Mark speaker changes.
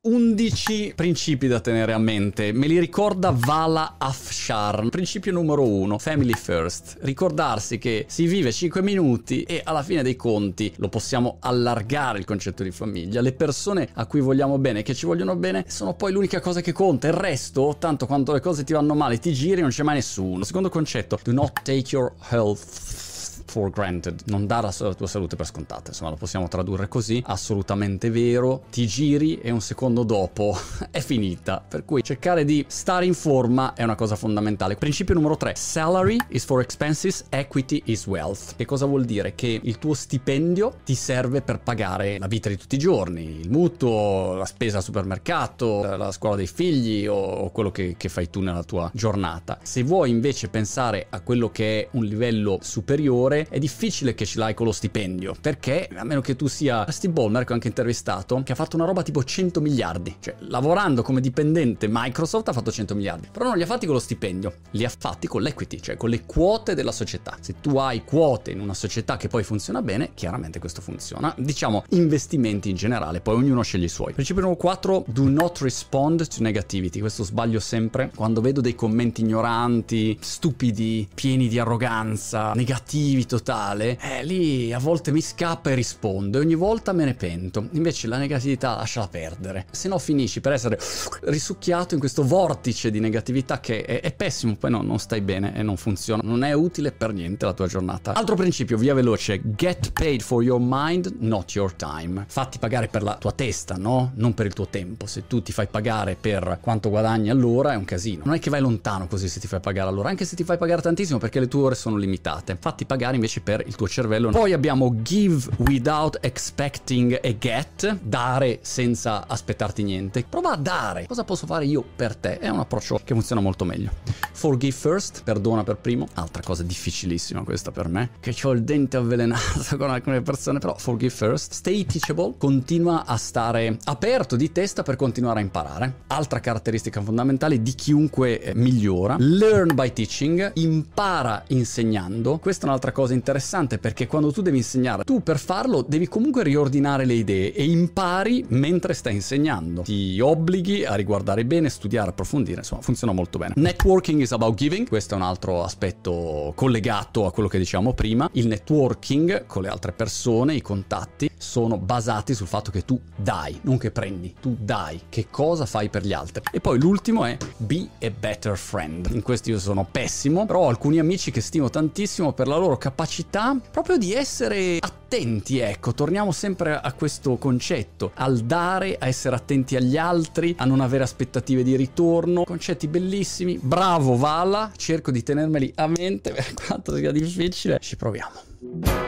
Speaker 1: 11 principi da tenere a mente, me li ricorda Vala Afshar. Principio numero 1, family first. Ricordarsi che si vive 5 minuti e alla fine dei conti lo possiamo allargare il concetto di famiglia. Le persone a cui vogliamo bene, che ci vogliono bene, sono poi l'unica cosa che conta. Il resto, tanto quando le cose ti vanno male, ti giri, non c'è mai nessuno. Secondo concetto, do not take your health for granted. Non dare la tua salute per scontata, insomma, lo possiamo tradurre così. Assolutamente vero. Ti giri e un secondo dopo è finita, per cui cercare di stare in forma è una cosa fondamentale. Principio numero 3, salary is for expenses, equity is wealth. Che cosa vuol dire? Che il tuo stipendio ti serve per pagare la vita di tutti i giorni, il mutuo, la spesa al supermercato, la scuola dei figli o quello che fai tu nella tua giornata. Se vuoi invece pensare a quello che è un livello superiore, è difficile che ce l'hai con lo stipendio, perché a meno che tu sia Steve Ballmer, che ho anche intervistato, che ha fatto una roba tipo 100 miliardi, cioè lavorando come dipendente Microsoft ha fatto 100 miliardi, però non li ha fatti con lo stipendio, li ha fatti con l'equity, cioè con le quote della società. Se tu hai quote in una società che poi funziona bene, chiaramente questo funziona. Diciamo investimenti in generale, poi ognuno sceglie i suoi. Principio numero 4, do not respond to negativity. Questo sbaglio sempre quando vedo dei commenti ignoranti, stupidi, pieni di arroganza, negativi totale, lì a volte mi scappa e rispondo e ogni volta me ne pento. Invece la negatività lasciala perdere, se no finisci per essere risucchiato in questo vortice di negatività che è pessimo, poi non stai bene e non funziona, non è utile per niente la tua giornata. Altro principio, via veloce, get paid for your mind, not your time. Fatti pagare per la tua testa, no? Non per il tuo tempo. Se tu ti fai pagare per quanto guadagni all'ora è un casino. Non è che vai lontano così se ti fai pagare all'ora, anche se ti fai pagare tantissimo, perché le tue ore sono limitate. Fatti pagare invece per il tuo cervello. Poi abbiamo give without expecting a get, dare senza aspettarti niente. Prova a dare. Cosa posso fare io per te? È un approccio che funziona molto meglio. Forgive first, perdona per primo. Altra cosa difficilissima questa per me, che ho il dente avvelenato con alcune persone, però forgive first. Stay teachable, continua a stare aperto di testa per continuare a imparare. Altra caratteristica fondamentale di chiunque migliora. Learn by teaching, impara insegnando. Questa è un'altra cosa interessante, perché quando tu devi insegnare, tu per farlo devi comunque riordinare le idee e impari mentre stai insegnando. Ti obblighi a riguardare bene, studiare, approfondire, insomma funziona molto bene. Networking is about giving, questo è un altro aspetto collegato a quello che dicevamo prima. Il networking con le altre persone, i contatti, sono basati sul fatto che tu dai, non che prendi, tu dai. Che cosa fai per gli altri? E poi l'ultimo è be a better friend. In questo io sono pessimo, però ho alcuni amici che stimo tantissimo per la loro capacità proprio di essere attenti, ecco, torniamo sempre a questo concetto, al dare, a essere attenti agli altri, a non avere aspettative di ritorno, concetti bellissimi. Bravo Vala, cerco di tenermeli a mente per quanto sia difficile, ci proviamo.